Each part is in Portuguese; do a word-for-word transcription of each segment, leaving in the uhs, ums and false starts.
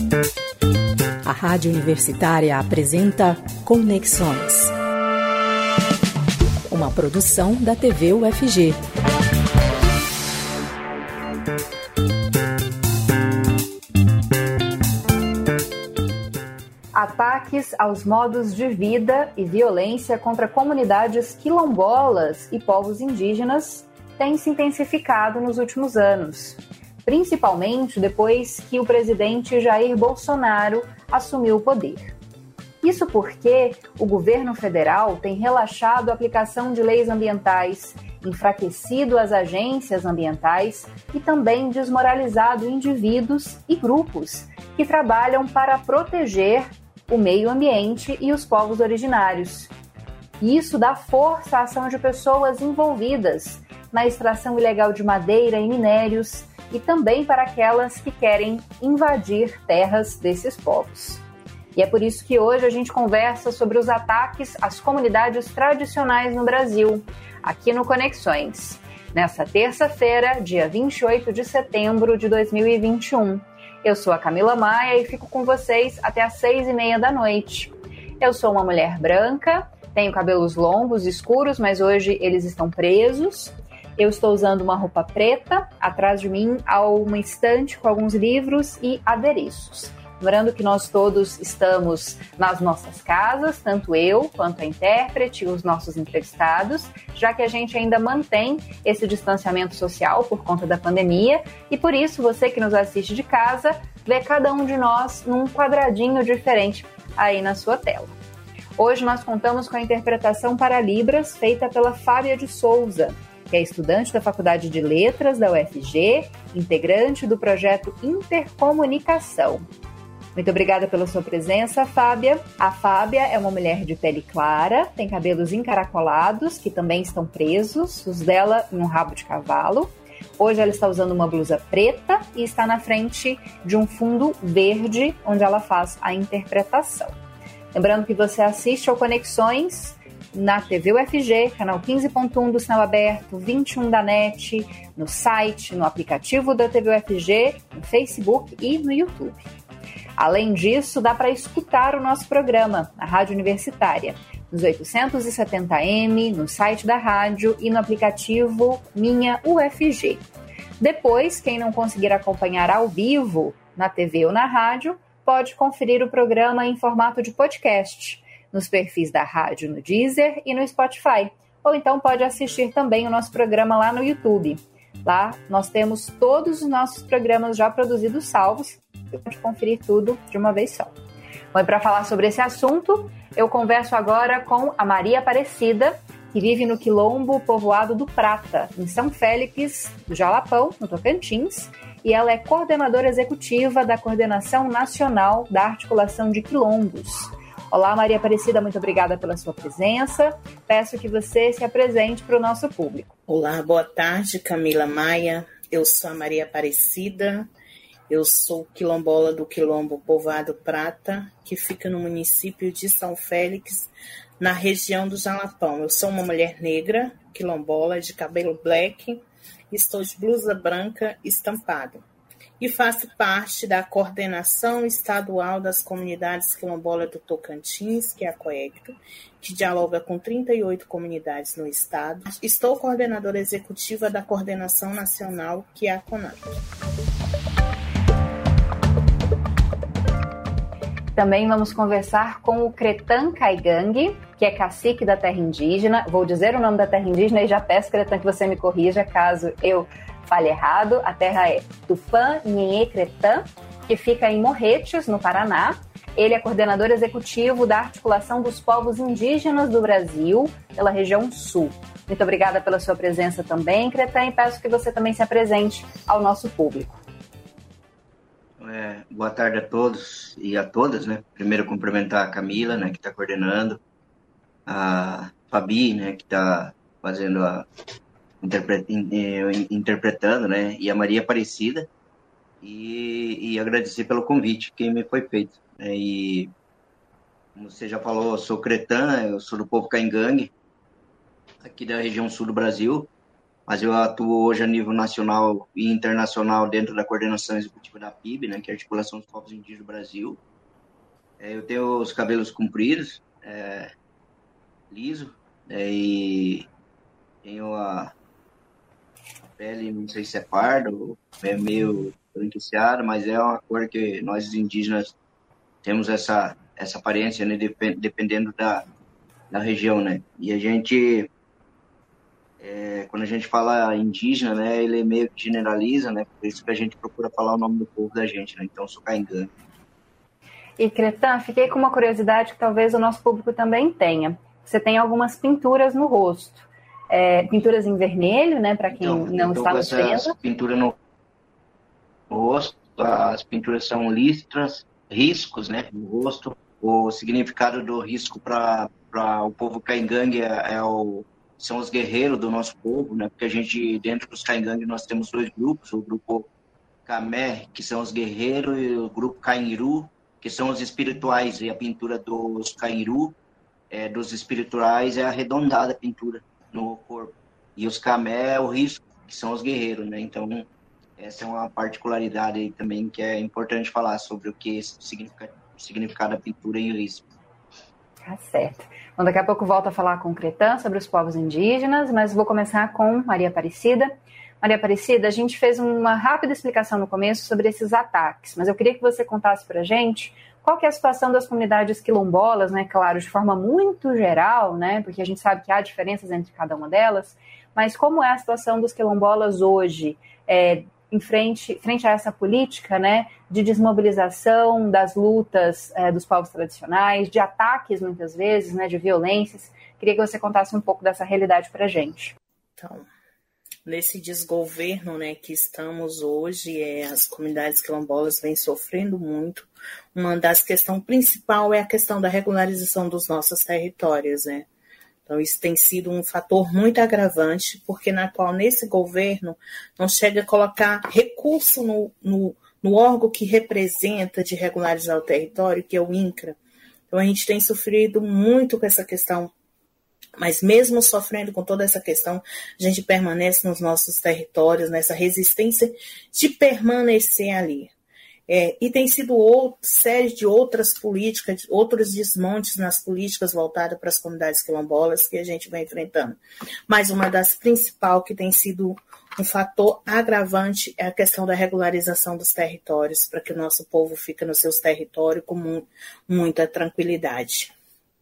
A Rádio Universitária apresenta Conexões, uma produção da T V U F G. Ataques aos modos de vida e violência contra comunidades quilombolas e povos indígenas têm se intensificado nos últimos anos, principalmente depois que o presidente Jair Bolsonaro assumiu o poder. Isso porque o governo federal tem relaxado a aplicação de leis ambientais, enfraquecido as agências ambientais e também desmoralizado indivíduos e grupos que trabalham para proteger o meio ambiente e os povos originários. E isso dá força à ação de pessoas envolvidas na extração ilegal de madeira e minérios e também para aquelas que querem invadir terras desses povos. E é por isso que hoje a gente conversa sobre os ataques às comunidades tradicionais no Brasil, aqui no Conexões, nessa terça-feira, dia vinte e oito de setembro de dois mil e vinte e um. Eu sou a Camila Maia e fico com vocês até às seis e meia da noite. Eu sou uma mulher branca, tenho cabelos longos, escuros, mas hoje eles estão presos. Eu estou usando uma roupa preta, atrás de mim há uma estante com alguns livros e adereços. Lembrando que nós todos estamos nas nossas casas, tanto eu quanto a intérprete e os nossos entrevistados, já que a gente ainda mantém esse distanciamento social por conta da pandemia e por isso você que nos assiste de casa vê cada um de nós num quadradinho diferente aí na sua tela. Hoje nós contamos com a interpretação para Libras feita pela Fábia de Souza, que é estudante da Faculdade de Letras da U F G, integrante do projeto Intercomunicação. Muito obrigada pela sua presença, Fábia. A Fábia é uma mulher de pele clara, tem cabelos encaracolados, que também estão presos, os dela em um rabo de cavalo. Hoje ela está usando uma blusa preta e está na frente de um fundo verde, onde ela faz a interpretação. Lembrando que você assiste ao Conexões na T V U F G, canal quinze ponto um do Sinal Aberto, vinte e um da N E T, no site, no aplicativo da T V U F G, no Facebook e no YouTube. Além disso, dá para escutar o nosso programa, a Rádio Universitária, nos oitocentos e setenta M, no site da rádio e no aplicativo Minha U F G. Depois, quem não conseguir acompanhar ao vivo, na T V ou na rádio, pode conferir o programa em formato de podcast, nos perfis da rádio no Deezer e no Spotify. Ou então pode assistir também o nosso programa lá no YouTube. Lá nós temos todos os nossos programas já produzidos salvos. Você pode conferir tudo de uma vez só. Bom, e para falar sobre esse assunto, eu converso agora com a Maria Aparecida, que vive no Quilombo Povoado do Prata, em São Félix do Jalapão, no Tocantins, e ela é coordenadora executiva da Coordenação Nacional da Articulação de Quilombos. Olá, Maria Aparecida, muito obrigada pela sua presença. Peço que você se apresente para o nosso público. Olá, boa tarde, Camila Maia. Eu sou a Maria Aparecida. Eu sou quilombola do Quilombo Povoado Prata, que fica no município de São Félix, na região do Jalapão. Eu sou uma mulher negra, quilombola, de cabelo black, estou de blusa branca estampada. E faço parte da Coordenação Estadual das Comunidades Quilombolas do Tocantins, que é a COECTO, que dialoga com trinta e oito comunidades no estado. Estou coordenadora executiva da Coordenação Nacional, que é a CONAC. Também vamos conversar com o Cretan Caigangue, que é cacique da terra indígena. Vou dizer o nome da terra indígena e já peço, Cretan, que você me corrija caso eu fale errado. A terra é Tupã-Nhenhê Cretan, que fica em Morretes, no Paraná. Ele é coordenador executivo da Articulação dos Povos Indígenas do Brasil, pela região sul. Muito obrigada pela sua presença também, Cretan, e peço que você também se apresente ao nosso público. É, boa tarde a todos e a todas, né? Primeiro cumprimentar a Camila, né, que está coordenando, a Fabi, né, que está fazendo a interpre, interpretando, né, e a Maria Aparecida, e, e agradecer pelo convite que me foi feito. Né, e como você já falou, eu sou Cretan, eu sou do povo Caigangue, aqui da região sul do Brasil, mas eu atuo hoje a nível nacional e internacional dentro da coordenação executiva da P I B, né, que é a Articulação dos Povos Indígenas do Brasil. É, eu tenho os cabelos compridos, é, liso, é, e tenho a, a pele, não sei se é pardo, é meio branqueada, mas é uma cor que nós indígenas temos essa, essa aparência, né, dependendo da, da região, né? E a gente, é, quando a gente fala indígena, né, ele meio que generaliza, né? Por isso que a gente procura falar o nome do povo da gente, né? Então, sou caingangue. E, Cretan, fiquei com uma curiosidade que talvez o nosso público também tenha. Você tem algumas pinturas no rosto. É, pinturas em vermelho, né? Para quem então, não está nos vendo. Pintura no rosto, as pinturas são listras, riscos, né, no rosto. O significado do risco para o povo caingangue é, é o, são os guerreiros do nosso povo, né, porque a gente, dentro dos caingangue, nós temos dois grupos, o grupo Camé, que são os guerreiros, e o grupo Cainru, que são os espirituais, e a pintura dos Cainru, é, dos espirituais, é arredondada a pintura no corpo. E os Camé é o risco, que são os guerreiros, né, então essa é uma particularidade aí também que é importante falar sobre o que significa o significado da pintura em risco. Tá certo. Bom, daqui a pouco volto a falar com o Cretan sobre os povos indígenas, mas vou começar com Maria Aparecida. Maria Aparecida, a gente fez uma rápida explicação no começo sobre esses ataques, mas eu queria que você contasse para a gente qual que é a situação das comunidades quilombolas, né? Claro, de forma muito geral, né? Porque a gente sabe que há diferenças entre cada uma delas, mas como é a situação dos quilombolas hoje, é, em frente, frente a essa política, né, de desmobilização das lutas é, dos povos tradicionais, de ataques muitas vezes, né, de violências. Queria que você contasse um pouco dessa realidade para a gente. Então, nesse desgoverno, né, que estamos hoje, é, as comunidades quilombolas vêm sofrendo muito. Uma das questões principais é a questão da regularização dos nossos territórios, né? Então, isso tem sido um fator muito agravante, porque na qual nesse governo não chega a colocar recurso no, no, no órgão que representa de regularizar o território, que é o INCRA. Então, a gente tem sofrido muito com essa questão, mas mesmo sofrendo com toda essa questão, a gente permanece nos nossos territórios, nessa resistência de permanecer ali. É, e tem sido outra série de outras políticas, outros desmontes nas políticas voltadas para as comunidades quilombolas que a gente vai enfrentando. Mas uma das principais que tem sido um fator agravante é a questão da regularização dos territórios, para que o nosso povo fique nos seus territórios com mu- muita tranquilidade.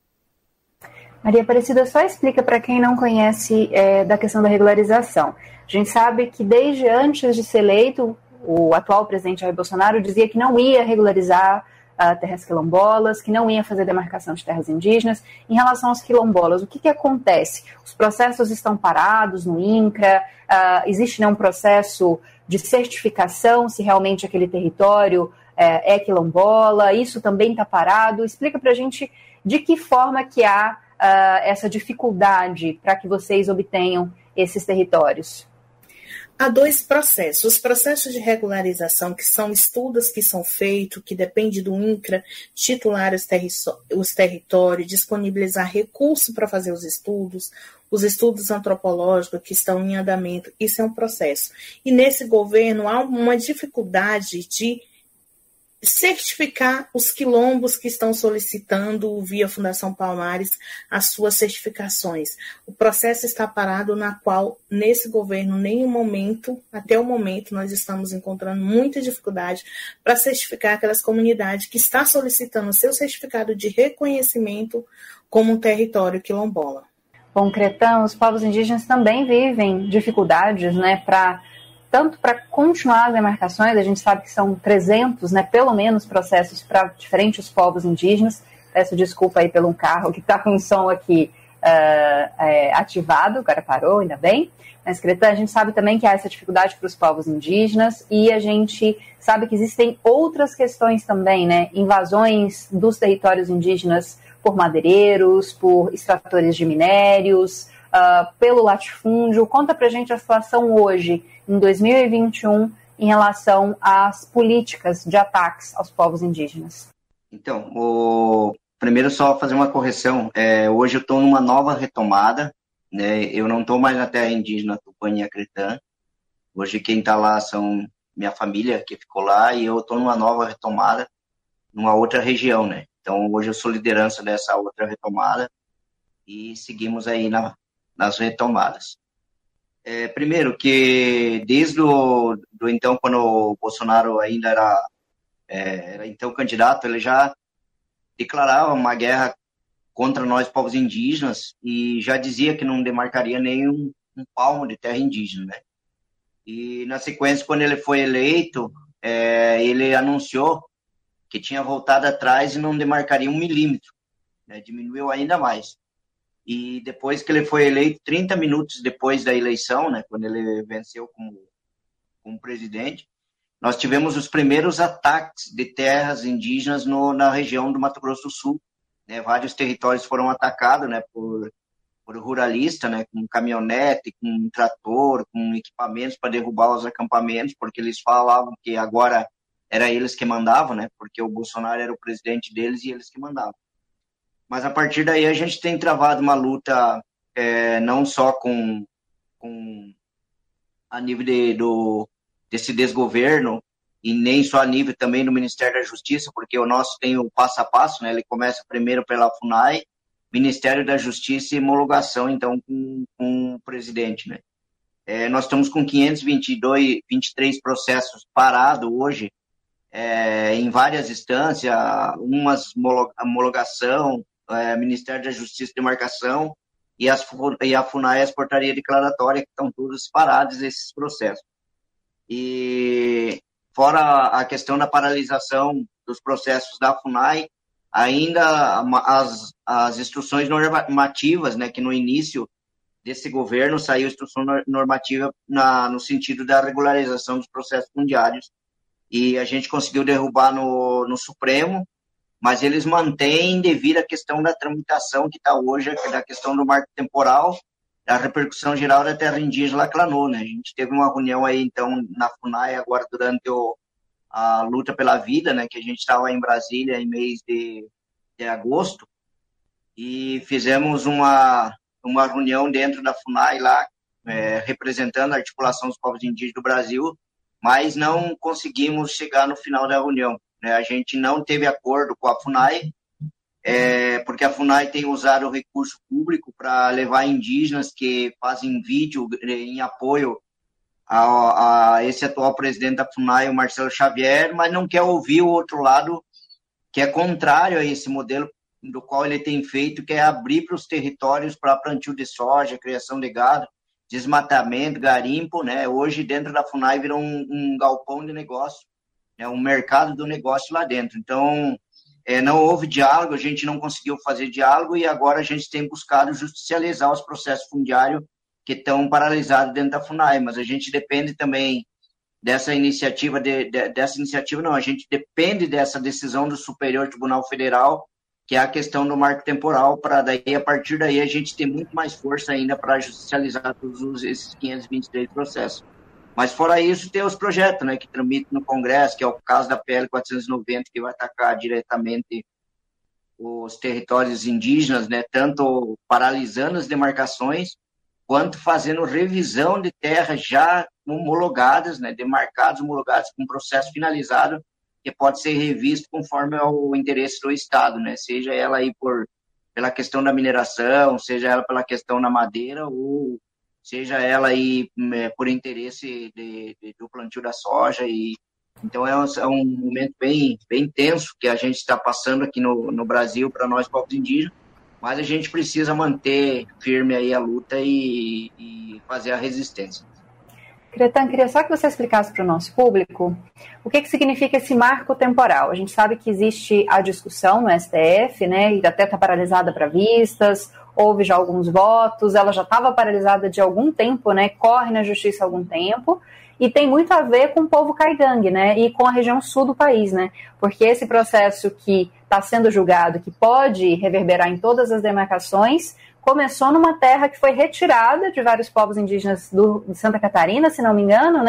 Maria Aparecida, só explica para quem não conhece é, da questão da regularização. A gente sabe que desde antes de ser eleito, o atual presidente Jair Bolsonaro dizia que não ia regularizar uh, terras quilombolas, que não ia fazer demarcação de terras indígenas. Em relação aos quilombolas, o que, que acontece? Os processos estão parados no INCRA? Uh, existe, né, um processo de certificação se realmente aquele território uh, é quilombola? Isso também está parado? Explica para a gente de que forma que há uh, essa dificuldade para que vocês obtenham esses territórios. Há dois processos. Os processos de regularização, que são estudos que são feitos, que depende do INCRA titular os, terri- os territórios, disponibilizar recursos para fazer os estudos, os estudos antropológicos que estão em andamento, isso é um processo. E nesse governo há uma dificuldade de certificar os quilombos que estão solicitando via Fundação Palmares as suas certificações. O processo está parado, na qual nesse governo, nenhum momento, até o momento, nós estamos encontrando muita dificuldade para certificar aquelas comunidades que estão solicitando o seu certificado de reconhecimento como um território quilombola. Bom, Cretan, os povos indígenas também vivem dificuldades, né, para tanto para continuar as demarcações. A gente sabe que são trezentos, né, pelo menos, processos para diferentes povos indígenas. Peço desculpa aí pelo um carro que está com um som aqui uh, é, ativado, agora parou, ainda bem. Mas, Cretan, a gente sabe também que há essa dificuldade para os povos indígenas e a gente sabe que existem outras questões também, né, invasões dos territórios indígenas por madeireiros, por extratores de minérios, uh, pelo latifúndio. Conta pra gente a situação hoje, em dois mil e vinte e um, em relação às políticas de ataques aos povos indígenas. Então, o... primeiro só fazer uma correção. É, hoje eu estou numa nova retomada, né? Eu não estou mais na terra indígena Tupã-Inhacretã. Hoje quem está lá são minha família que ficou lá e eu estou numa nova retomada, numa outra região, né? Então hoje eu sou liderança dessa outra retomada e seguimos aí na, nas retomadas. É, primeiro que desde o do então, quando o Bolsonaro ainda era, é, era então candidato, ele já declarava uma guerra contra nós, povos indígenas, e já dizia que não demarcaria nem um, um palmo de terra indígena, né? E, na sequência, quando ele foi eleito, é, ele anunciou que tinha voltado atrás e não demarcaria um milímetro, né? Diminuiu ainda mais. E depois que ele foi eleito, trinta minutos depois da eleição, né, quando ele venceu como, como presidente, nós tivemos os primeiros ataques de terras indígenas no, na região do Mato Grosso do Sul. Né? Vários territórios foram atacados, né, por, por ruralistas, né, com caminhonete, com trator, com equipamentos para derrubar os acampamentos, porque eles falavam que agora era eles que mandavam, né, porque o Bolsonaro era o presidente deles e eles que mandavam. Mas a partir daí a gente tem travado uma luta é, não só com, com a nível de, do, desse desgoverno, e nem só a nível também do Ministério da Justiça, porque o nosso tem o passo a passo, né? Ele começa primeiro pela FUNAI, Ministério da Justiça e homologação, então, com, com o presidente, né? É, nós estamos com quinhentos e vinte e dois, vinte e três processos parados hoje, é, em várias instâncias, umas homologação, é, Ministério da Justiça e Demarcação, e, as, e a FUNAI, as portarias declaratórias, que estão todos parados esses processos. E fora a questão da paralisação dos processos da FUNAI, ainda as, as instruções normativas, né, que no início desse governo saiu instrução normativa na, no sentido da regularização dos processos fundiários, e a gente conseguiu derrubar no, no Supremo, mas eles mantêm devido à questão da tramitação que está hoje, da questão do marco temporal, da repercussão geral da terra indígena Laclanô, né? A gente teve uma reunião aí, então, na FUNAI, agora durante o, a luta pela vida, né? Que a gente estava em Brasília em mês de, de agosto, e fizemos uma, uma reunião dentro da FUNAI lá, é, representando a articulação dos povos indígenas do Brasil, mas não conseguimos chegar no final da reunião, né? A gente não teve acordo com a FUNAI, É, porque a FUNAI tem usado o recurso público para levar indígenas que fazem vídeo em apoio a, a esse atual presidente da FUNAI, o Marcelo Xavier, mas não quer ouvir o outro lado, que é contrário a esse modelo do qual ele tem feito, que é abrir para os territórios para plantio de soja, criação de gado, desmatamento, garimpo, né? Hoje, dentro da FUNAI, virou um, um galpão de negócio, né? Um mercado do negócio lá dentro. Então, É, não houve diálogo, a gente não conseguiu fazer diálogo e agora a gente tem buscado judicializar os processos fundiários que estão paralisados dentro da FUNAI, mas a gente depende também dessa iniciativa, de, de, dessa iniciativa não, a gente depende dessa decisão do Superior Tribunal Federal, que é a questão do marco temporal, para daí, a partir daí, a gente ter muito mais força ainda para judicializar todos esses quinhentos e vinte e três processos. Mas fora isso, tem os projetos, né, que tramitam no Congresso, que é o caso da P L quatrocentos e noventa, que vai atacar diretamente os territórios indígenas, né, tanto paralisando as demarcações, quanto fazendo revisão de terras já homologadas, né, demarcadas, homologadas com processo finalizado, que pode ser revisto conforme o interesse do Estado, né, seja ela aí por, pela questão da mineração, seja ela pela questão da madeira, ou seja ela aí é, por interesse de, de, do plantio da soja. E então é um, é um momento bem, bem tenso que a gente está passando aqui no, no Brasil para nós, povos indígenas, mas a gente precisa manter firme aí a luta e, e fazer a resistência. Cretã, queria só que você explicasse para o nosso público o que, que significa esse marco temporal. A gente sabe que existe a discussão no S T F, né, e até está paralisada para vistas, houve já alguns votos, ela já estava paralisada de algum tempo, né, corre na justiça há algum tempo, e tem muito a ver com o povo caigangue, né, e com a região sul do país, né, porque esse processo que está sendo julgado, que pode reverberar em todas as demarcações, começou numa terra que foi retirada de vários povos indígenas do, de Santa Catarina, se não me engano, né,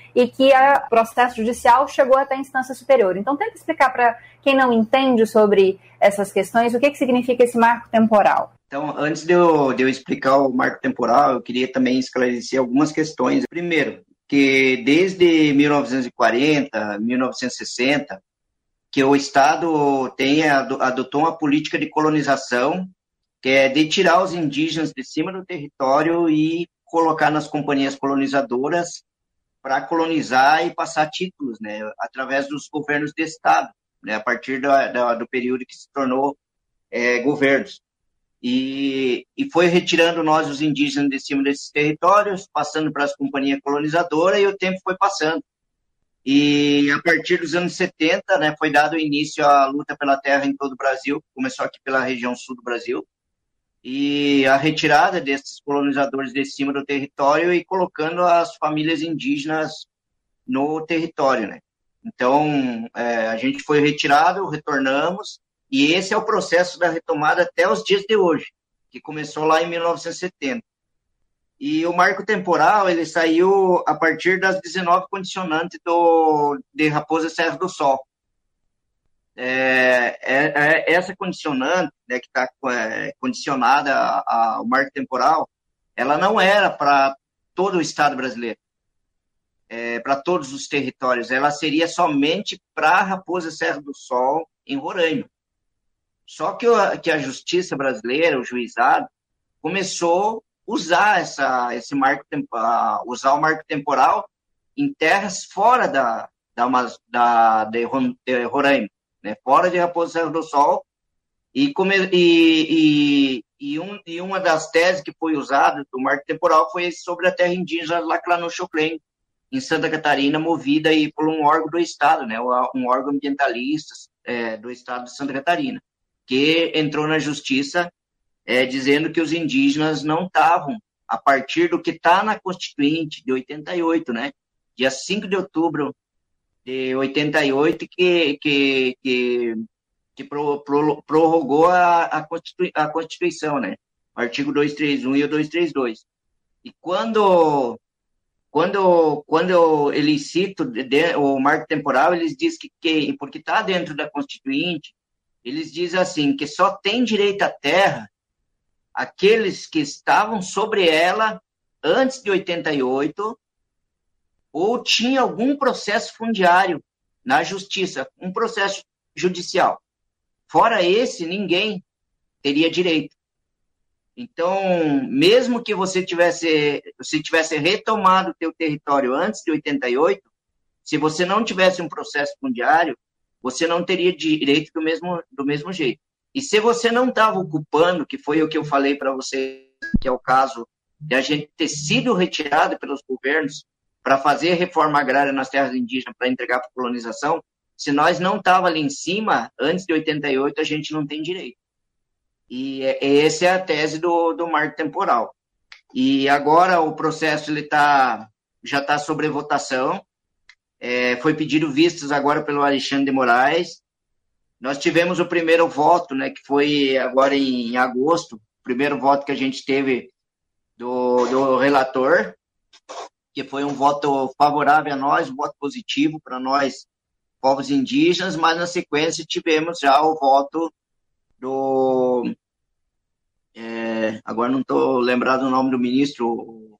e que o processo judicial chegou até a instância superior. Então, tenta explicar para quem não entende sobre essas questões o que, que significa esse marco temporal. Então, antes de eu, de eu explicar o marco temporal, eu queria também esclarecer algumas questões. Primeiro, que desde mil novecentos e quarenta, mil novecentos e sessenta, que o Estado tem, adotou uma política de colonização, que é de tirar os indígenas de cima do território e colocar nas companhias colonizadoras para colonizar e passar títulos, né, através dos governos de Estado, né, a partir da, da, do período que se tornou é, governos. E, e foi retirando nós, os indígenas, de cima desses territórios, passando para as companhias colonizadoras, e o tempo foi passando. E a partir dos anos setenta, né, foi dado início à luta pela terra em todo o Brasil, começou aqui pela região sul do Brasil, e a retirada desses colonizadores de cima do território e colocando as famílias indígenas no território, né? Então, é, a gente foi retirado, retornamos, e esse é o processo da retomada até os dias de hoje, que começou lá em mil novecentos e setenta. E o marco temporal, ele saiu a partir das dezenove condicionantes do, de Raposa Serra do Sol. É, é, é essa condicionante, né, que está é, condicionada ao marco temporal, ela não era para todo o Estado brasileiro, é, para todos os territórios, ela seria somente para Raposa Serra do Sol, em Roraima. Só que, que a justiça brasileira, o juizado, começou a usar, essa, esse marco, usar o marco temporal em terras fora da, da, da, de, de Roraima, né, fora de Raposa Serra do Sol, e, come, e, e, e, um, e uma das teses que foi usada do marco temporal foi sobre a terra indígena Laclanô-Choclen, em Santa Catarina, movida aí por um órgão do Estado, né, um órgão ambientalista é, do Estado de Santa Catarina, que entrou na justiça é, dizendo que os indígenas não estavam, a partir do que está na Constituinte de oitenta e oito, né, dia cinco de outubro de oitenta e oito, que, que, que, que pro, pro, prorrogou a, a, Constitui, a Constituição, né, o artigo duzentos e trinta e um e o duzentos e trinta e dois. E quando, quando, quando eles citam o marco temporal, eles dizem que, que porque está dentro da Constituinte, eles dizem assim, que só tem direito à terra aqueles que estavam sobre ela antes de oitenta e oito ou tinha algum processo fundiário na justiça, um processo judicial. Fora esse, ninguém teria direito. Então, mesmo que você tivesse, se tivesse retomado o teu território antes de oitenta e oito, se você não tivesse um processo fundiário, você não teria direito do mesmo, do mesmo jeito. E se você não estava ocupando, que foi o que eu falei para você, que é o caso de a gente ter sido retirado pelos governos para fazer reforma agrária nas terras indígenas, para entregar para a colonização, se nós não estava ali em cima, antes de oitenta e oito, a gente não tem direito. E essa é a tese do, do marco temporal. E agora o processo ele tá, já está sobre votação, é, foi pedido vistas agora pelo Alexandre de Moraes. Nós tivemos o primeiro voto, né, que foi agora em agosto, o primeiro voto que a gente teve do, do relator, que foi um voto favorável a nós, um voto positivo para nós, povos indígenas, mas na sequência tivemos já o voto do... É, agora não estou lembrado o nome do ministro,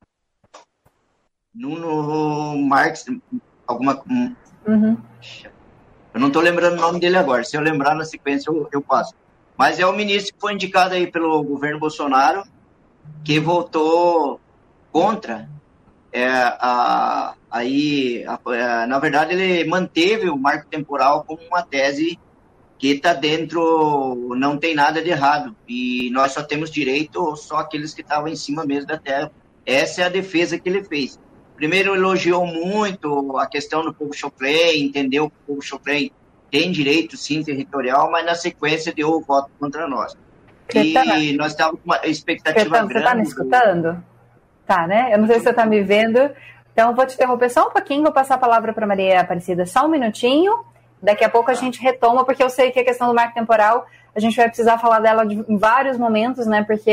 Nuno Marques, alguma... Uhum. Eu não estou lembrando o nome dele agora, se eu lembrar na sequência eu, eu passo. Mas é o ministro que foi indicado aí pelo governo Bolsonaro, que votou contra, é, a, aí, a, a, na verdade ele manteve o marco temporal como uma tese que está dentro, não tem nada de errado, e nós só temos direito só aqueles que estavam em cima mesmo da terra. Essa é a defesa que ele fez. Primeiro, elogiou muito a questão do povo Choclen, entendeu que o povo Choclen tem direito, sim, territorial, mas na sequência deu o voto contra nós. E tá, nós estávamos com uma expectativa Caetano, grande. Você está me escutando? Do... Tá, né? Eu não sei se você está me vendo, então vou te interromper só um pouquinho, vou passar a palavra para Maria Aparecida só um minutinho, daqui a pouco a gente retoma, porque eu sei que a questão do marco temporal, a gente vai precisar falar dela de, em vários momentos, né? Porque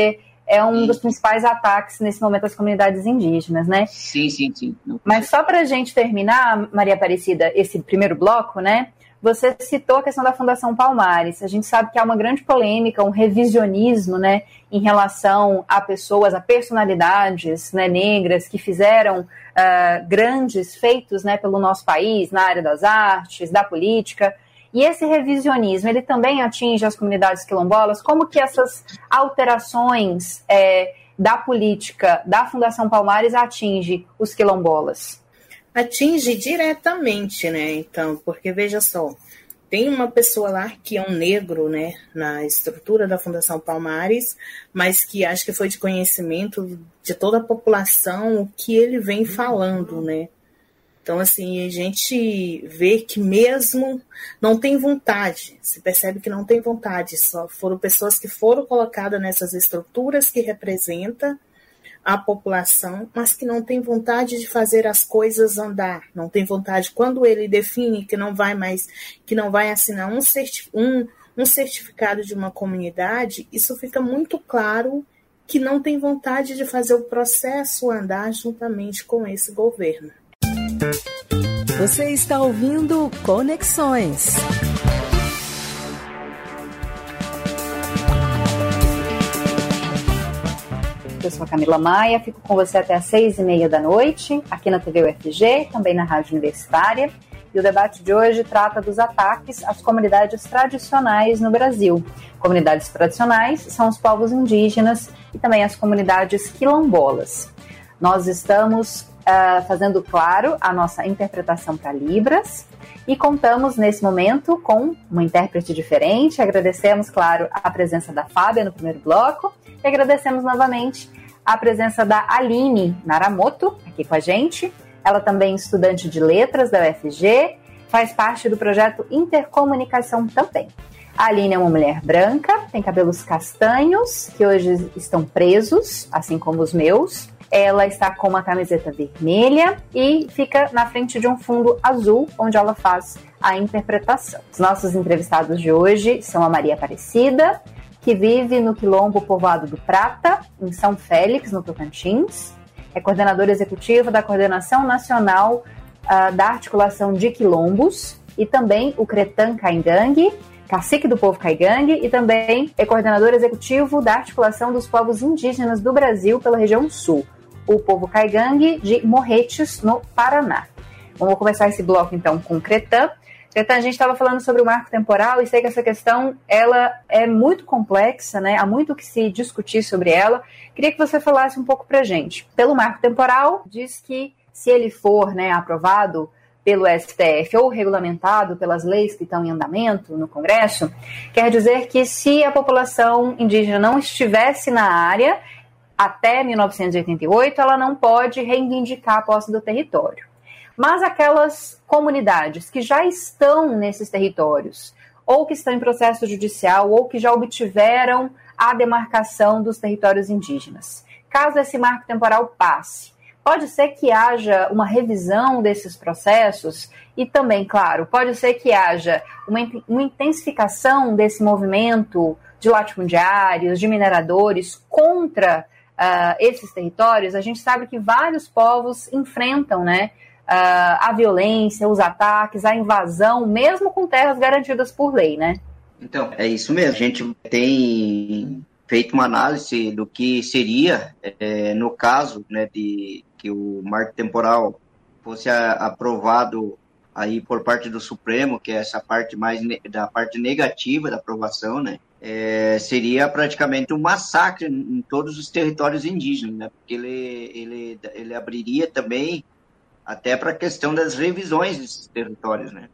é um sim. dos principais ataques nesse momento às comunidades indígenas, né? Sim, sim, sim. Não. Mas só para a gente terminar, Maria Aparecida, esse primeiro bloco, né? Você citou a questão da Fundação Palmares. A gente sabe que há uma grande polêmica, um revisionismo, né, em relação a pessoas, a personalidades, né, negras que fizeram uh, grandes feitos, né, pelo nosso país, na área das artes, da política. E esse revisionismo, ele também atinge as comunidades quilombolas? Como que essas alterações é, da política da Fundação Palmares atinge os quilombolas? Atinge diretamente, né? Então, porque veja só, tem uma pessoa lá que é um negro, né, na estrutura da Fundação Palmares, mas que acho que foi de conhecimento de toda a população o que ele vem falando, né? Então, assim, a gente vê que mesmo não tem vontade, se percebe que não tem vontade, só foram pessoas que foram colocadas nessas estruturas que representam a população, mas que não tem vontade de fazer as coisas andar, não tem vontade, quando ele define que não vai mais, que não vai assinar um, certi- um, um certificado de uma comunidade, isso fica muito claro que não tem vontade de fazer o processo andar juntamente com esse governo. Você está ouvindo Conexões. Eu sou a Camila Maia, fico com você até às seis e meia da noite, aqui na T V U F G, também na Rádio Universitária. E o debate de hoje trata dos ataques às comunidades tradicionais no Brasil. Comunidades tradicionais são os povos indígenas e também as comunidades quilombolas. Nós estamos uh, fazendo claro a nossa interpretação para Libras e contamos nesse momento com uma intérprete diferente. Agradecemos, claro, a presença da Fábia no primeiro bloco e agradecemos novamente a presença da Aline Naramoto aqui com a gente. Ela também é estudante de letras da U F G, faz parte do projeto Intercomunicação também. A Aline é uma mulher branca, tem cabelos castanhos, que hoje estão presos, assim como os meus. Ela está com uma camiseta vermelha e fica na frente de um fundo azul, onde ela faz a interpretação. Os nossos entrevistados de hoje são a Maria Aparecida, que vive no Quilombo Povoado do Prata, em São Félix, no Tocantins. É coordenadora executiva da Coordenação Nacional uh, da Articulação de Quilombos e também o Cretan Caingangue, cacique do povo Caingangue, e também é coordenador executivo da Articulação dos Povos Indígenas do Brasil pela região sul, o povo Caingangue de Morretes, no Paraná. Vamos começar esse bloco então com o Cretan. Cretan, a gente estava falando sobre o marco temporal e sei que essa questão ela é muito complexa, né? Há muito o que se discutir sobre ela. Queria que você falasse um pouco para a gente. Pelo marco temporal, diz que se ele for, né, aprovado pelo S T F ou regulamentado pelas leis que estão em andamento no Congresso, quer dizer que se a população indígena não estivesse na área até mil novecentos e oitenta e oito, ela não pode reivindicar a posse do território. Mas aquelas comunidades que já estão nesses territórios, ou que estão em processo judicial, ou que já obtiveram a demarcação dos territórios indígenas, caso esse marco temporal passe, pode ser que haja uma revisão desses processos e também, claro, pode ser que haja uma, uma intensificação desse movimento de latifundiários, de mineradores contra uh, esses territórios. A gente sabe que vários povos enfrentam, né, Uh, a violência, os ataques, a invasão, mesmo com terras garantidas por lei, né? Então, é isso mesmo. A gente tem feito uma análise do que seria, é, no caso, né, de que o marco temporal fosse a, aprovado aí por parte do Supremo, que é essa parte mais ne- da parte negativa da aprovação, né? É, seria praticamente um massacre em todos os territórios indígenas, né? Porque ele, ele, ele abriria também até para a questão das revisões desses territórios, né?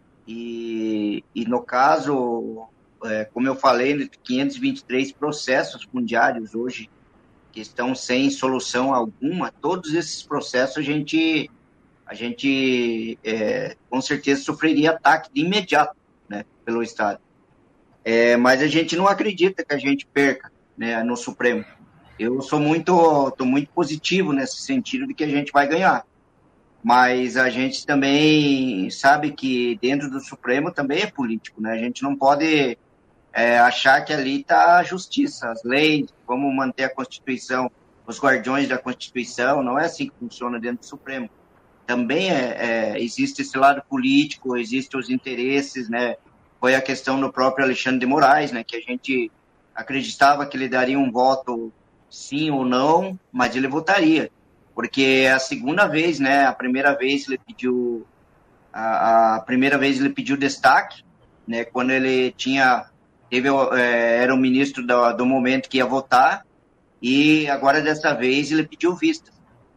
E, e no caso, é, como eu falei, quinhentos e vinte e três processos fundiários hoje que estão sem solução alguma, todos esses processos a gente, a gente é, com certeza sofreria ataque de imediato, né, pelo Estado. É, mas a gente não acredita que a gente perca, né, no Supremo. Eu sou muito, tô muito positivo nesse sentido de que a gente vai ganhar. Mas a gente também sabe que dentro do Supremo também é político, né? A gente não pode é, achar que ali está a justiça, as leis, como manter a Constituição, os guardiões da Constituição, não é assim que funciona dentro do Supremo. Também é, é, existe esse lado político, existem os interesses, né? Foi a questão do próprio Alexandre de Moraes, né? Que a gente acreditava que ele daria um voto sim ou não, mas ele votaria, porque é a segunda vez, né? A primeira vez ele pediu, a, a primeira vez ele pediu destaque, né? Quando ele tinha, teve, é, era o ministro do, do momento que ia votar, e agora dessa vez ele pediu vista.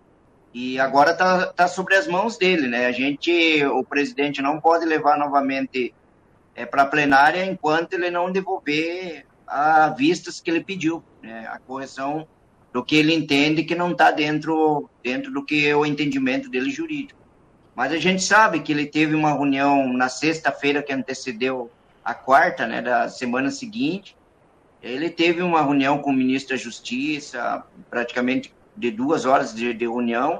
E agora está tá sobre as mãos dele, né? A gente, o presidente não pode levar novamente é, para a plenária enquanto ele não devolver as vistas que ele pediu, né? A correção do que ele entende que não está dentro, dentro do que é o entendimento dele jurídico. Mas a gente sabe que ele teve uma reunião na sexta-feira que antecedeu a quarta, né, da semana seguinte. Ele teve uma reunião com o ministro da Justiça, praticamente de duas horas de, de reunião,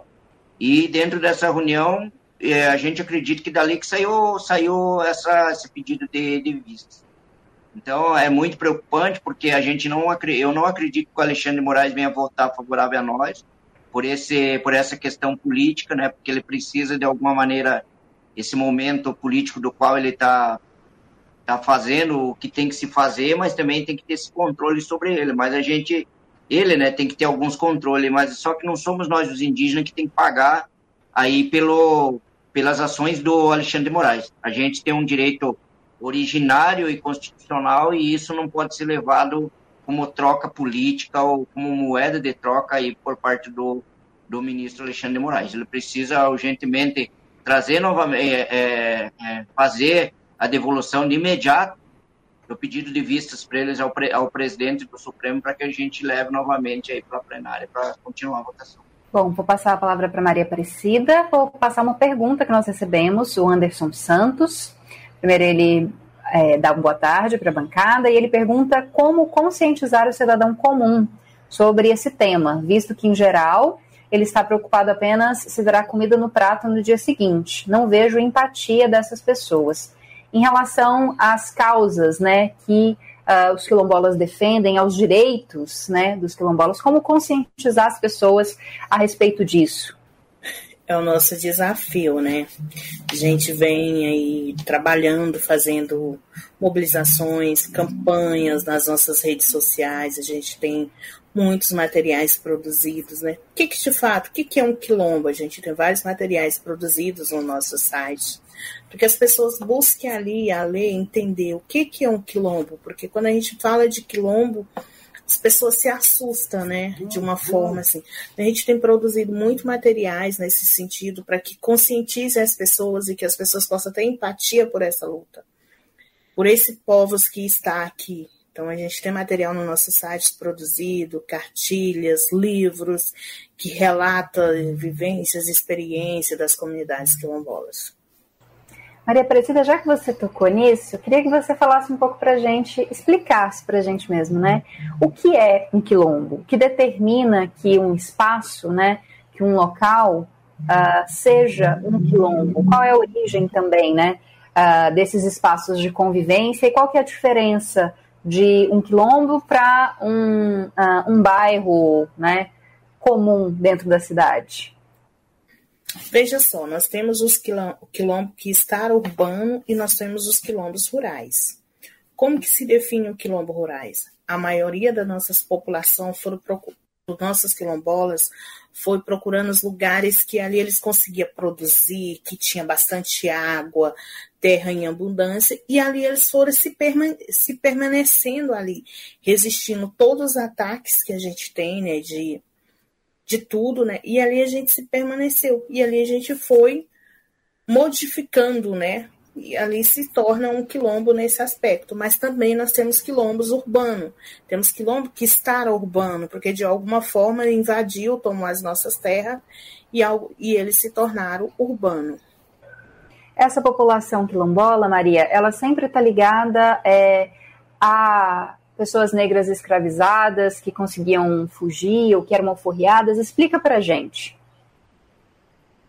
e dentro dessa reunião é, a gente acredita que dali que saiu, saiu essa, esse pedido de, de vistas. Então é muito preocupante, porque a gente não, eu não acredito que o Alexandre de Moraes venha votar favorável a nós, por, esse, por essa questão política, né, porque ele precisa de alguma maneira, esse momento político do qual ele está tá fazendo o que tem que se fazer, mas também tem que ter esse controle sobre ele, mas a gente... Ele, né, tem que ter alguns controles, mas só que não somos nós, os indígenas, que tem que pagar aí pelo, pelas ações do Alexandre de Moraes. A gente tem um direito originário e constitucional e isso não pode ser levado como troca política ou como moeda de troca aí por parte do, do ministro Alexandre de Moraes. Ele precisa urgentemente trazer novamente, é, é, fazer a devolução de imediato do pedido de vistas para eles ao, pre, ao presidente do Supremo para que a gente leve novamente aí para a plenária para continuar a votação. Bom, vou passar a palavra para Maria Aparecida, vou passar uma pergunta que nós recebemos, o Anderson Santos. Primeiro ele é, dá uma boa tarde para a bancada e ele pergunta como conscientizar o cidadão comum sobre esse tema, visto que, em geral, ele está preocupado apenas se dará comida no prato no dia seguinte. Não vejo empatia dessas pessoas. Em relação às causas, né, que uh, os quilombolas defendem, aos direitos, né, dos quilombolas, como conscientizar as pessoas a respeito disso? É o nosso desafio, né? A gente vem aí trabalhando, fazendo mobilizações, campanhas nas nossas redes sociais, a gente tem muitos materiais produzidos, né? O que que de fato, o que que é um quilombo? A gente tem vários materiais produzidos no nosso site, porque as pessoas busquem ali a ler, entender o que que é um quilombo, porque quando a gente fala de quilombo, as pessoas se assustam, né, de uma forma assim. A gente tem produzido muito materiais nesse sentido para que conscientize as pessoas e que as pessoas possam ter empatia por essa luta, por esse povo que está aqui. Então, a gente tem material no nosso site produzido, cartilhas, livros, que relatam vivências e experiências das comunidades quilombolas. Maria Aparecida, já que você tocou nisso, eu queria que você falasse um pouco para a gente, explicasse para a gente mesmo, né? O que é um quilombo? O que determina que um espaço, né, que um local uh, seja um quilombo? Qual é a origem também, né, uh, desses espaços de convivência e qual que é a diferença de um quilombo para um, uh, um bairro, né, comum dentro da cidade? Veja só, nós temos os quilombo, o quilombo que está urbano e nós temos os quilombos rurais. Como que se define o quilombo rurais? A maioria da nossa população, foram dos nossos quilombolas, foi procurando os lugares que ali eles conseguiam produzir, que tinha bastante água, terra em abundância, e ali eles foram se, permane- se permanecendo ali, resistindo todos os ataques que a gente tem, né, de... de tudo, né? E ali a gente se permaneceu. E ali a gente foi modificando, né? E ali se torna um quilombo nesse aspecto. Mas também nós temos quilombos urbanos. Temos quilombo que está urbano, porque de alguma forma ele invadiu, tomou as nossas terras e, e eles se tornaram urbanos. Essa população quilombola, Maria, ela sempre está ligada é, a... pessoas negras escravizadas que conseguiam fugir ou que eram alforriadas. Explica pra gente.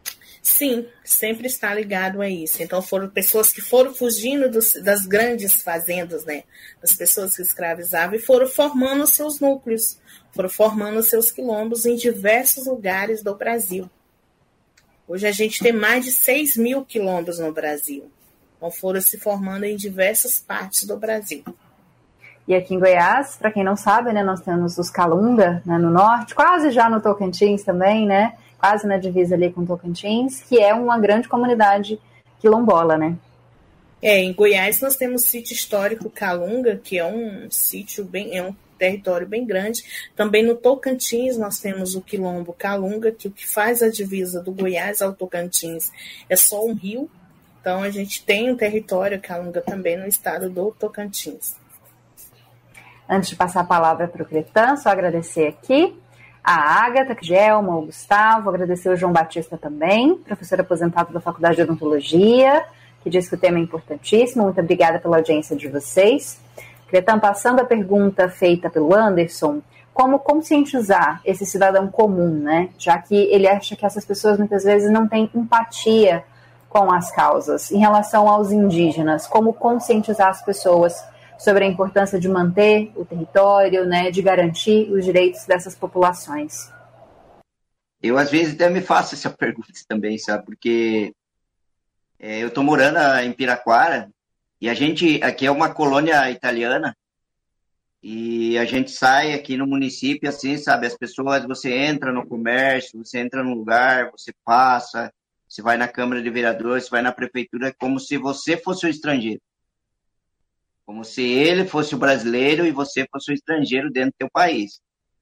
Sim, sempre está ligado a isso. Então foram pessoas que foram fugindo dos, das grandes fazendas, né? Das pessoas que escravizavam e foram formando seus núcleos, foram formando seus quilombos em diversos lugares do Brasil. Hoje a gente tem mais de seis mil quilombos no Brasil. Então foram se formando em diversas partes do Brasil. E aqui em Goiás, para quem não sabe, né, nós temos os Calunga, né, no norte, quase já no Tocantins também, né? Quase na divisa ali com Tocantins, que é uma grande comunidade quilombola, né? É, em Goiás nós temos o sítio histórico Calunga, que é um sítio bem, é um território bem grande. Também no Tocantins nós temos o quilombo Calunga, que o que faz a divisa do Goiás ao Tocantins é só um rio. Então a gente tem um território Calunga também no estado do Tocantins. Antes de passar a palavra para o Cretan, só agradecer aqui a Ágata, a Gelma, o Gustavo, agradecer o João Batista também, professor aposentado da Faculdade de Odontologia, que diz que o tema é importantíssimo. Muito obrigada pela audiência de vocês. Cretan, passando a pergunta feita pelo Anderson, como conscientizar esse cidadão comum, né? Já que ele acha que essas pessoas muitas vezes não têm empatia com as causas. Em relação aos indígenas, como conscientizar as pessoas sobre a importância de manter o território, né, de garantir os direitos dessas populações? Eu, às vezes, até me faço essa pergunta também, sabe? Porque é, eu estou morando em Piraquara e a gente, aqui é uma colônia italiana e a gente sai aqui no município assim, sabe? As pessoas, você entra no comércio, você entra no lugar, você passa, você vai na Câmara de Vereadores, você vai na Prefeitura, como se você fosse o estrangeiro. Como se ele fosse o brasileiro e você fosse o estrangeiro dentro do teu país.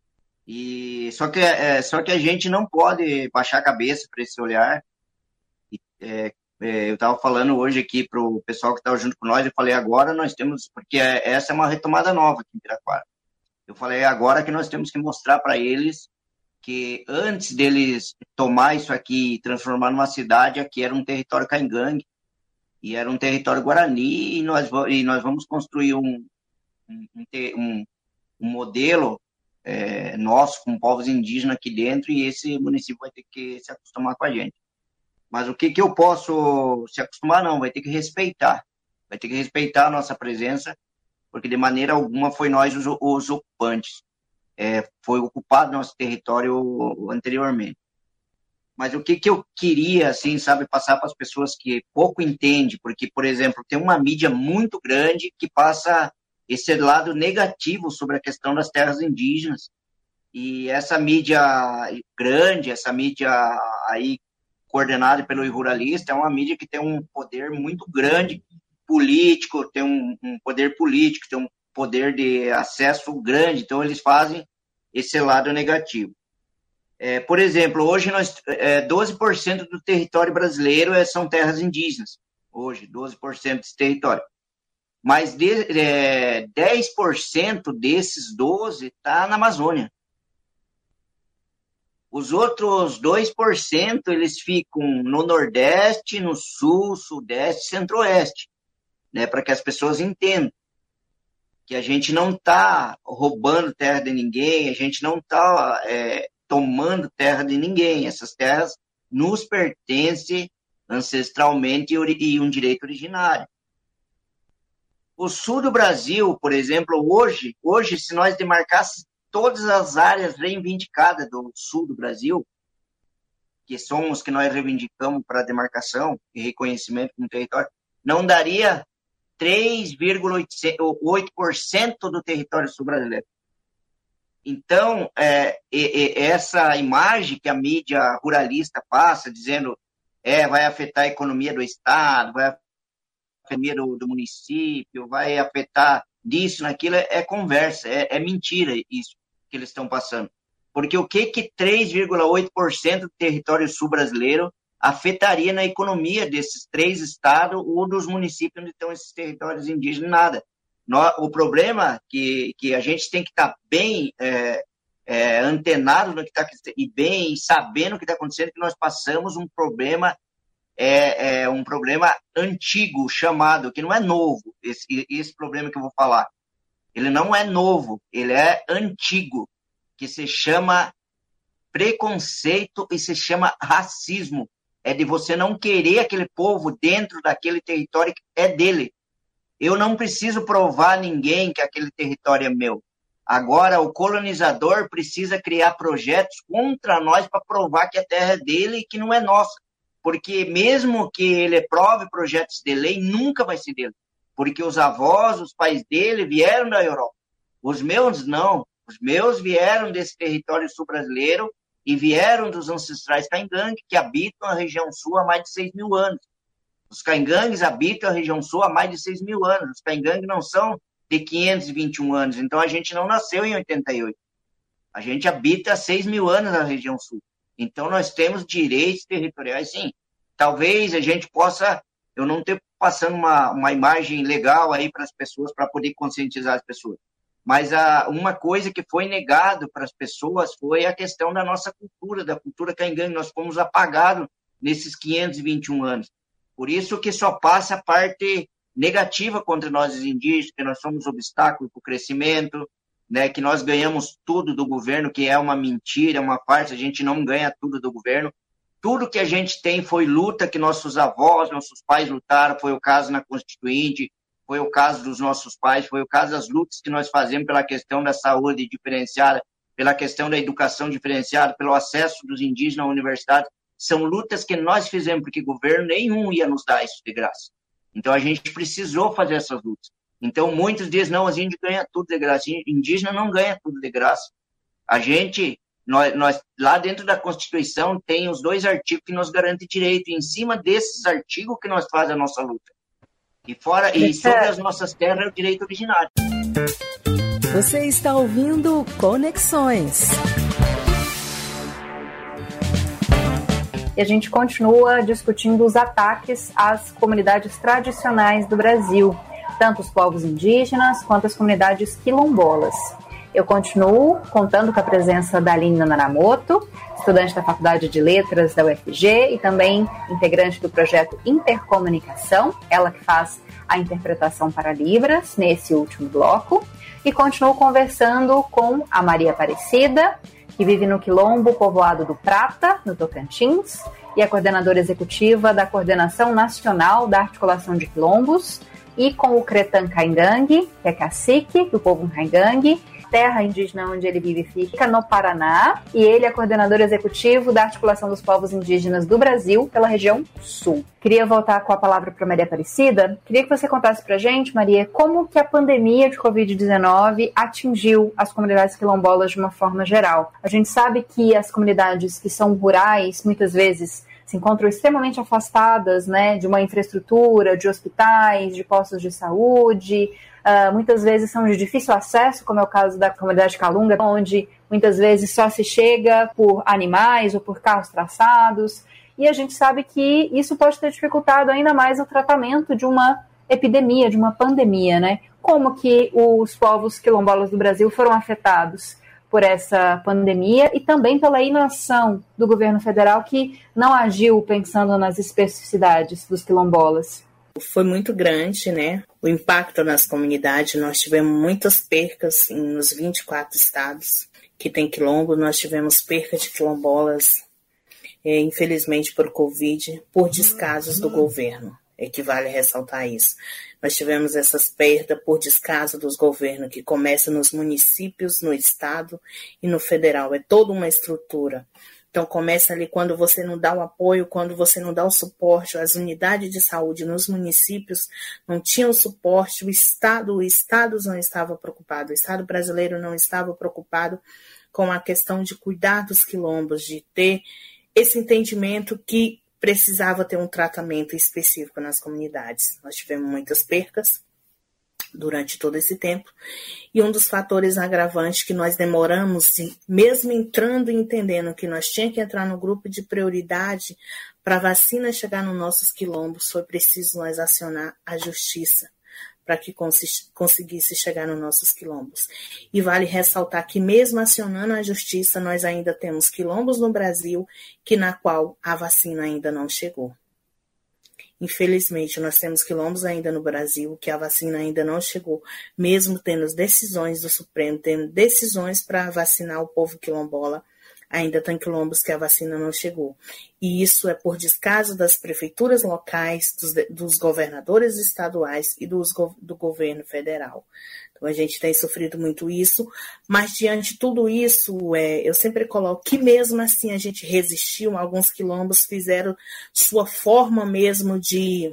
E só que é, só que a gente não pode baixar a cabeça para esse olhar. E, é, é, eu estava falando hoje aqui para o pessoal que estava junto com nós, eu falei, agora nós temos, porque essa é uma retomada nova aqui em Piraquara. Eu falei, agora que nós temos que mostrar para eles que antes deles tomar isso aqui e transformar numa cidade, aqui era um território caingangue. E era um território guarani, e nós, e nós vamos construir um, um, um, um modelo é, nosso, com povos indígenas aqui dentro, e esse município vai ter que se acostumar com a gente. Mas o que, que eu posso se acostumar? Não, vai ter que respeitar. Vai ter que respeitar a nossa presença, porque de maneira alguma foi nós os, os ocupantes. É, foi ocupado nosso território anteriormente. Mas o que, que eu queria, assim, sabe, passar para as pessoas que pouco entendem, porque, por exemplo, tem uma mídia muito grande que passa esse lado negativo sobre a questão das terras indígenas. E essa mídia grande, essa mídia aí coordenada pelo ruralista, é uma mídia que tem um poder muito grande político, tem um, um poder político, tem um poder de acesso grande, então eles fazem esse lado negativo. É, por exemplo, hoje nós, é, doze por cento do território brasileiro é, são terras indígenas. Hoje, doze por cento desse território. Mas de, é, dez por cento desses doze está na Amazônia. Os outros dois por cento eles ficam no Nordeste, no Sul, Sudeste, Centro-Oeste. Né, para que as pessoas entendam que a gente não está roubando terra de ninguém, a gente não está... É, tomando terra de ninguém. Essas terras nos pertencem ancestralmente e um direito originário. O sul do Brasil, por exemplo, hoje, hoje se nós demarcássemos todas as áreas reivindicadas do sul do Brasil, que somos que nós reivindicamos para demarcação e reconhecimento como território, não daria três vírgula oito por cento do território sul brasileiro. Então, é, e, e, essa imagem que a mídia ruralista passa, dizendo é, vai afetar a economia do Estado, vai afetar a economia do, do município, vai afetar disso, naquilo, é, é conversa, é, é mentira isso que eles estão passando. Porque o que, que três vírgula oito por cento do território sul brasileiro afetaria na economia desses três estados ou dos municípios onde estão esses territórios indígenas? Nada. O problema é que, que a gente tem que estar bem é, é, antenado no que está e bem sabendo o que está acontecendo, que nós passamos um problema, é, é, um problema antigo, chamado, que não é novo, esse, esse problema que eu vou falar. Ele não é novo, ele é antigo, que se chama preconceito e se chama racismo é de você não querer aquele povo dentro daquele território que é dele. Eu não preciso provar a ninguém que aquele território é meu. Agora, o colonizador precisa criar projetos contra nós para provar que a terra é dele e que não é nossa. Porque mesmo que ele prove projetos de lei, nunca vai ser dele. Porque os avós, os pais dele vieram da Europa. Os meus não. Os meus vieram desse território sul brasileiro e vieram dos ancestrais caingangue, que habitam a região sul há mais de seis mil anos. Os caingangues habitam a região sul há mais de seis mil anos. Os caingangues não são de quinhentos e vinte e um anos, então a gente não nasceu em oitenta e oito. A gente habita há seis mil anos na região sul. Então nós temos direitos territoriais, sim. Talvez a gente possa, eu não estou passando uma, uma imagem legal aí para as pessoas, para poder conscientizar as pessoas. Mas a, uma coisa que foi negado para as pessoas foi a questão da nossa cultura, da cultura caingangue. Nós fomos apagados nesses quinhentos e vinte e um anos. Por isso que só passa a parte negativa contra nós, os indígenas, que nós somos obstáculo para o crescimento, né, que nós ganhamos tudo do governo, que é uma mentira, uma farsa, a gente não ganha tudo do governo. Tudo que a gente tem foi luta que nossos avós, nossos pais lutaram, foi o caso na Constituinte, foi o caso dos nossos pais, foi o caso das lutas que nós fazemos pela questão da saúde diferenciada, pela questão da educação diferenciada, pelo acesso dos indígenas à universidade. São lutas que nós fizemos, porque governo nenhum ia nos dar isso de graça. Então, a gente precisou fazer essas lutas. Então, muitos dizem, não, os índios ganham tudo de graça. Indígena não ganha tudo de graça. A gente, nós, nós, lá dentro da Constituição, tem os dois artigos que nos garantem direito. E em cima desses artigos que nós fazemos a nossa luta. E, fora, e sobre as nossas terras é o direito originário. Você está ouvindo Conexões. E a gente continua discutindo os ataques às comunidades tradicionais do Brasil, tanto os povos indígenas quanto as comunidades quilombolas. Eu continuo contando com a presença da Linda Naramoto, estudante da Faculdade de Letras da U F G e também integrante do projeto Intercomunicação, ela que faz a interpretação para Libras nesse último bloco. E continuo conversando com a Maria Aparecida, que vive no Quilombo Povoado do Prata, no Tocantins, e é coordenadora executiva da Coordenação Nacional da Articulação de Quilombos, e com o Cretan Caingangue, que é cacique do povo caingangue, terra indígena onde ele vive fica no Paraná, e ele é coordenador executivo da Articulação dos Povos Indígenas do Brasil pela região Sul. Queria voltar com a palavra para Maria Aparecida. Queria que você contasse para a gente, Maria, como que a pandemia de covid dezenove atingiu as comunidades quilombolas de uma forma geral. A gente sabe que as comunidades que são rurais, muitas vezes, se encontram extremamente afastadas, né, de uma infraestrutura, de hospitais, de postos de saúde. Uh, muitas vezes são de difícil acesso, como é o caso da comunidade Calunga, onde muitas vezes só se chega por animais ou por carros traçados. E a gente sabe que isso pode ter dificultado ainda mais o tratamento de uma epidemia, de uma pandemia, né? Como que os povos quilombolas do Brasil foram afetados por essa pandemia e também pela inação do governo federal, que não agiu pensando nas especificidades dos quilombolas. Foi muito grande, né? O impacto nas comunidades. Nós tivemos muitas percas nos vinte e quatro estados que tem quilombo. Nós tivemos perca de quilombolas, é, infelizmente por Covid, por descasos do governo. É que vale ressaltar isso. Nós tivemos essas perdas por descaso dos governos, que começa nos municípios, no estado e no federal. É toda uma estrutura. Então, começa ali quando você não dá o apoio, quando você não dá o suporte. As unidades de saúde nos municípios não tinham suporte, o Estado, o Estado não estava preocupado, o Estado brasileiro não estava preocupado com a questão de cuidar dos quilombos, de ter esse entendimento que precisava ter um tratamento específico nas comunidades. Nós tivemos muitas percas durante todo esse tempo, e um dos fatores agravantes que nós demoramos, mesmo entrando e entendendo que nós tínhamos que entrar no grupo de prioridade para a vacina chegar nos nossos quilombos, foi preciso nós acionar a justiça para que cons- conseguisse chegar nos nossos quilombos. E vale ressaltar que mesmo acionando a justiça, nós ainda temos quilombos no Brasil, que na qual a vacina ainda não chegou. Infelizmente, nós temos quilombos ainda no Brasil, que a vacina ainda não chegou, mesmo tendo decisões do Supremo, tendo decisões para vacinar o povo quilombola, ainda tem quilombos que a vacina não chegou. E isso é por descaso das prefeituras locais, dos, dos governadores estaduais e dos, do governo federal. Então, a gente tem sofrido muito isso, mas diante de tudo isso, é, eu sempre coloco que mesmo assim a gente resistiu, alguns quilombos fizeram sua forma mesmo de,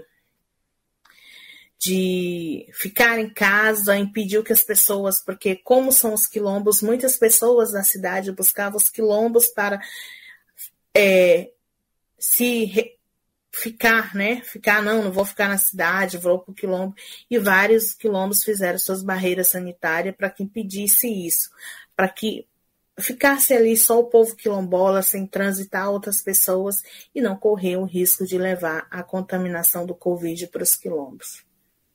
de ficar em casa, impediu que as pessoas, porque como são os quilombos, muitas pessoas da cidade buscavam os quilombos para é, se re, ficar, né? Ficar, não, não vou ficar na cidade, vou para o quilombo. E vários quilombos fizeram suas barreiras sanitárias para que impedisse isso, para que ficasse ali só o povo quilombola, sem transitar outras pessoas e não correr o risco de levar a contaminação do Covid para os quilombos.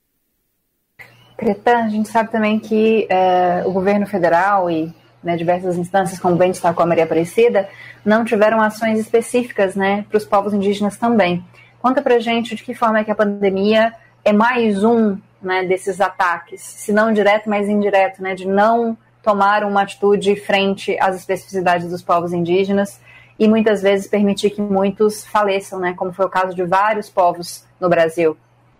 Creta, a gente sabe também que é, o governo federal e né, diversas instâncias, como bem destacou a Maria Aparecida, não tiveram ações específicas, né, para os povos indígenas também. Conta pra gente de que forma é que a pandemia é mais um, né, desses ataques, se não direto, mas indireto, né, de não tomar uma atitude frente às especificidades dos povos indígenas e muitas vezes permitir que muitos faleçam, né, como foi o caso de vários povos no Brasil.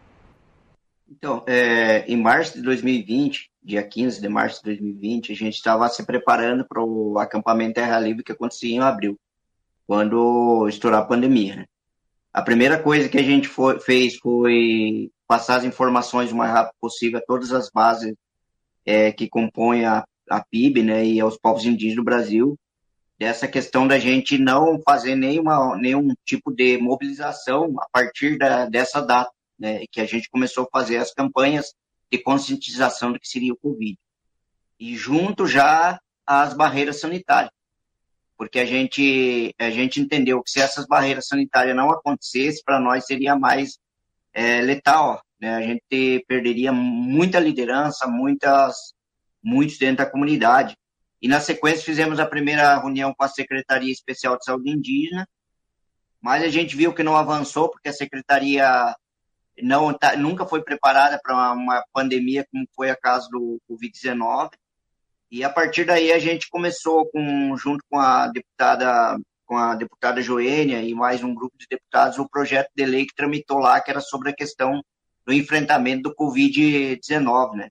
Então, é, em março de dois mil e vinte, dia quinze de março de dois mil e vinte, a gente estava se preparando para o acampamento Terra Livre que acontecia em abril, quando estourou a pandemia. Né? A primeira coisa que a gente foi, fez foi passar as informações o mais rápido possível a todas as bases é, que compõem a, a P I B, né, e aos povos indígenas do Brasil, dessa questão da gente não fazer nenhuma, nenhum tipo de mobilização a partir da, dessa data. Né, que a gente começou a fazer as campanhas de conscientização do que seria o Covid. E junto já às barreiras sanitárias, porque a gente, a gente entendeu que se essas barreiras sanitárias não acontecessem, para nós seria mais é, letal, né? A gente perderia muita liderança, muitas, muitos dentro da comunidade. E na sequência fizemos a primeira reunião com a Secretaria Especial de Saúde Indígena, mas a gente viu que não avançou, porque a Secretaria não tá, nunca foi preparada para uma, uma pandemia como foi a caso do covid dezenove, e a partir daí a gente começou com, junto com a deputada com a deputada Joênia e mais um grupo de deputados, o projeto de lei que tramitou lá, que era sobre a questão do enfrentamento do covid dezenove, né?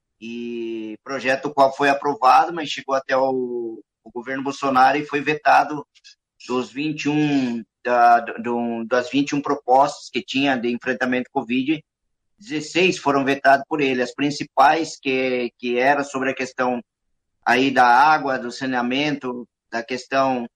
E projeto qual foi aprovado, mas chegou até o, o governo Bolsonaro e foi vetado dos vinte e um Da, do, das vinte e uma propostas que tinha de enfrentamento ao Covid, dezesseis foram vetadas por ele. As principais, que, que era sobre a questão aí da água, do saneamento, da questão,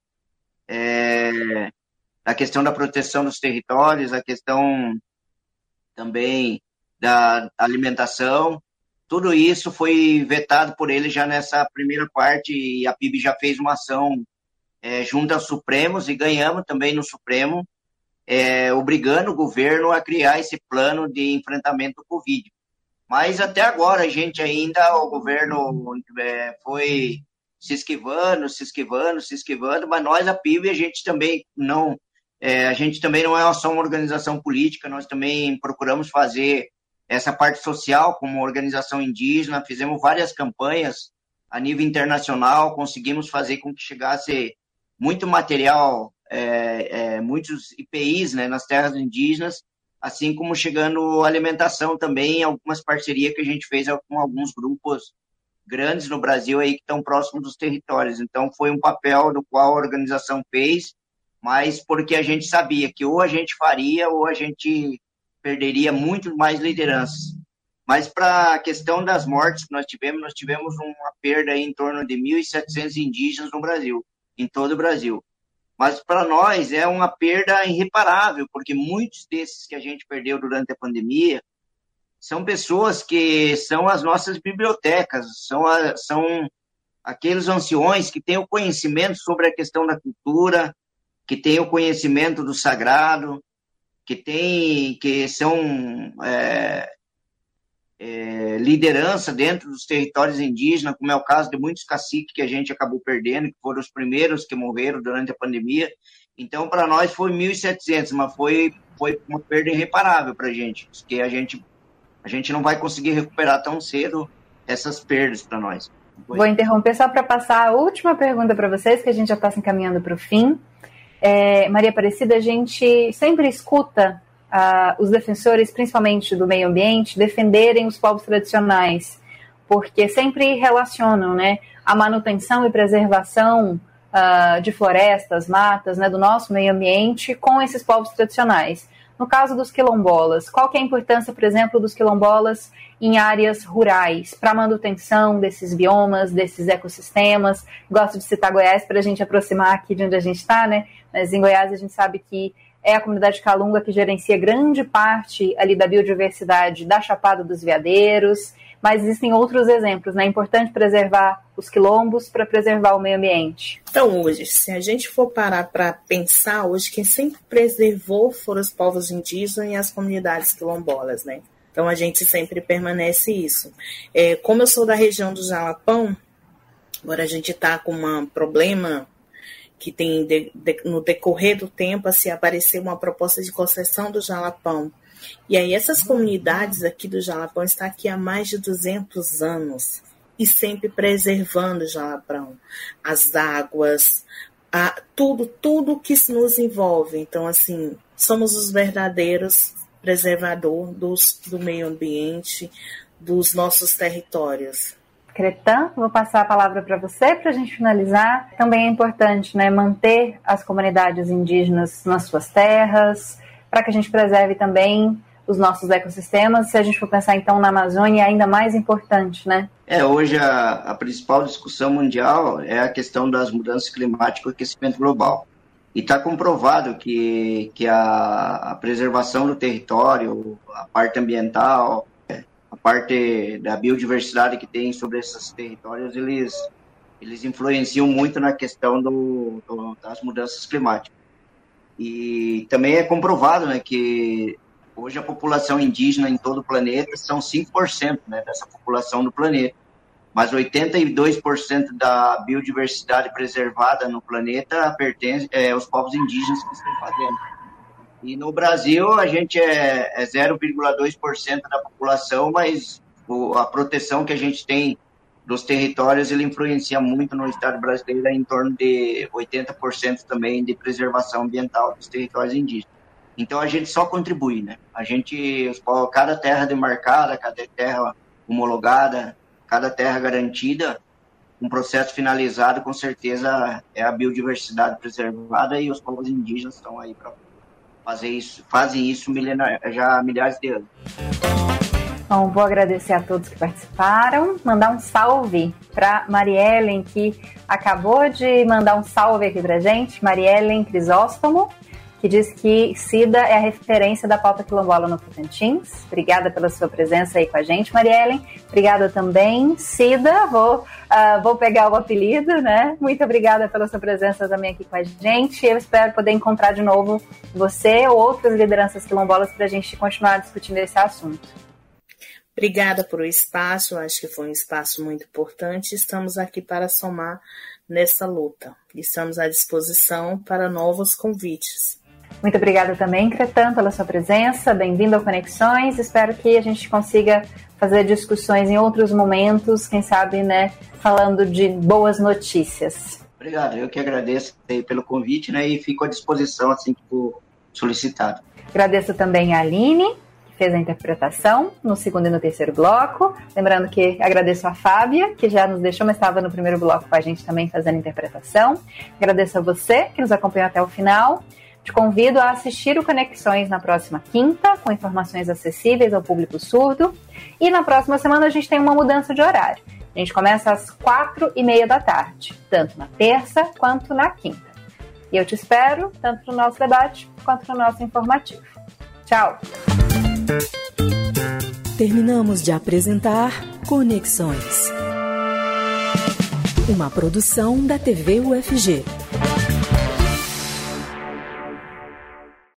é, da questão da proteção dos territórios, a questão também da alimentação, tudo isso foi vetado por ele já nessa primeira parte, e a P I B já fez uma ação É, junto aos Supremos, e ganhamos também no Supremo, é, obrigando o governo a criar esse plano de enfrentamento do Covid. Mas até agora a gente ainda, o governo é, foi se esquivando, se esquivando, se esquivando, mas nós, a P I B, a gente também não, é, a gente também não é só uma organização política, nós também procuramos fazer essa parte social como organização indígena, fizemos várias campanhas a nível internacional, conseguimos fazer com que chegasse muito material, é, é, muitos I P Is, né, nas terras indígenas, assim como chegando alimentação também, algumas parcerias que a gente fez com alguns grupos grandes no Brasil aí que estão próximos dos territórios. Então foi um papel do qual a organização fez, mas porque a gente sabia que ou a gente faria ou a gente perderia muito mais lideranças. Mas para a questão das mortes que nós tivemos, nós tivemos uma perda aí em torno de mil e setecentos indígenas no Brasil, em todo o Brasil. Mas para nós é uma perda irreparável, porque muitos desses que a gente perdeu durante a pandemia são pessoas que são as nossas bibliotecas, são, a, são aqueles anciões que têm o conhecimento sobre a questão da cultura, que têm o conhecimento do sagrado, que, tem, que são é, é, liderança dentro dos territórios indígenas, como é o caso de muitos caciques que a gente acabou perdendo, que foram os primeiros que morreram durante a pandemia. Então, para nós foi mil e setecentos, mas foi, foi uma perda irreparável para a gente, que a gente, a gente não vai conseguir recuperar tão cedo essas perdas para nós. Vou interromper só para passar a última pergunta para vocês, que a gente já está se encaminhando para o fim. É, Maria Aparecida, a gente sempre escuta uh, os defensores, principalmente do meio ambiente, defenderem os povos tradicionais, porque sempre relacionam, né, a manutenção e preservação uh, de florestas, matas, né, do nosso meio ambiente com esses povos tradicionais. No caso dos quilombolas, qual que é a importância, por exemplo, dos quilombolas em áreas rurais, para a manutenção desses biomas, desses ecossistemas? Gosto de citar Goiás para a gente aproximar aqui de onde a gente está, né? Mas em Goiás a gente sabe que é a comunidade Calunga que gerencia grande parte ali da biodiversidade da Chapada dos Veadeiros, mas existem outros exemplos, né? É importante preservar os quilombos para preservar o meio ambiente. Então, hoje, se a gente for parar para pensar, hoje quem sempre preservou foram os povos indígenas e as comunidades quilombolas, né? Então, a gente sempre permanece isso. É, como eu sou da região do Jalapão, agora a gente está com um problema que tem, de, de, no decorrer do tempo, assim, apareceu uma proposta de concessão do Jalapão. E aí essas comunidades aqui do Jalapão estão aqui há mais de duzentos anos e sempre preservando o Jalapão, as águas, a, tudo, tudo que nos envolve. Então, assim, somos os verdadeiros preservadores dos, do meio ambiente, dos nossos territórios. Cretan, vou passar a palavra para você para a gente finalizar. Também é importante, né, manter as comunidades indígenas nas suas terras, para que a gente preserve também os nossos ecossistemas. Se a gente for pensar, então, na Amazônia, é ainda mais importante, né? É, hoje a, a principal discussão mundial é a questão das mudanças climáticas e o aquecimento global. E está comprovado que, que a, a preservação do território, a parte ambiental, a parte da biodiversidade que tem sobre esses territórios, eles, eles influenciam muito na questão do, do, das mudanças climáticas. E também é comprovado, né, que hoje a população indígena em todo o planeta são cinco por cento, né, dessa população do planeta. Mas oitenta e dois por cento da biodiversidade preservada no planeta pertence é, aos povos indígenas que estão fazendo. E no Brasil a gente é, é zero vírgula dois por cento da população, mas o, a proteção que a gente tem dos territórios, ele influencia muito no Estado brasileiro, em torno de oitenta por cento também de preservação ambiental dos territórios indígenas. Então a gente só contribui, né? A gente, cada terra demarcada, cada terra homologada, cada terra garantida, um processo finalizado, com certeza é a biodiversidade preservada, e os povos indígenas estão aí para fazer isso, fazem isso milenar, já há milhares de anos. Bom, vou agradecer a todos que participaram, mandar um salve para Mariellen, que acabou de mandar um salve aqui para gente, Mariellen Crisóstomo, que diz que Cida é a referência da pauta quilombola no Tocantins. Obrigada pela sua presença aí com a gente, Mariellen. Obrigada também, Cida, vou, uh, vou pegar o apelido, né? Muito obrigada pela sua presença também aqui com a gente. Eu espero poder encontrar de novo você ou outras lideranças quilombolas para a gente continuar discutindo esse assunto. Obrigada por o espaço, acho que foi um espaço muito importante. Estamos aqui para somar nessa luta. Estamos à disposição para novos convites. Muito obrigada também, Cretan, pela sua presença. Bem-vindo ao Conexões. Espero que a gente consiga fazer discussões em outros momentos, quem sabe, né, falando de boas notícias. Obrigado, eu que agradeço aí pelo convite, né, e fico à disposição assim que for solicitado. Agradeço também a Aline, fez a interpretação no segundo e no terceiro bloco. Lembrando que agradeço a Fábia, que já nos deixou, mas estava no primeiro bloco com a gente também fazendo interpretação. Agradeço a você que nos acompanhou até o final. Te convido a assistir o Conexões na próxima quinta, com informações acessíveis ao público surdo. E na próxima semana a gente tem uma mudança de horário. A gente começa às quatro e meia da tarde, tanto na terça quanto na quinta. E eu te espero, tanto no nosso debate quanto no nosso informativo. Tchau! Terminamos de apresentar Conexões, uma produção da T V U F G.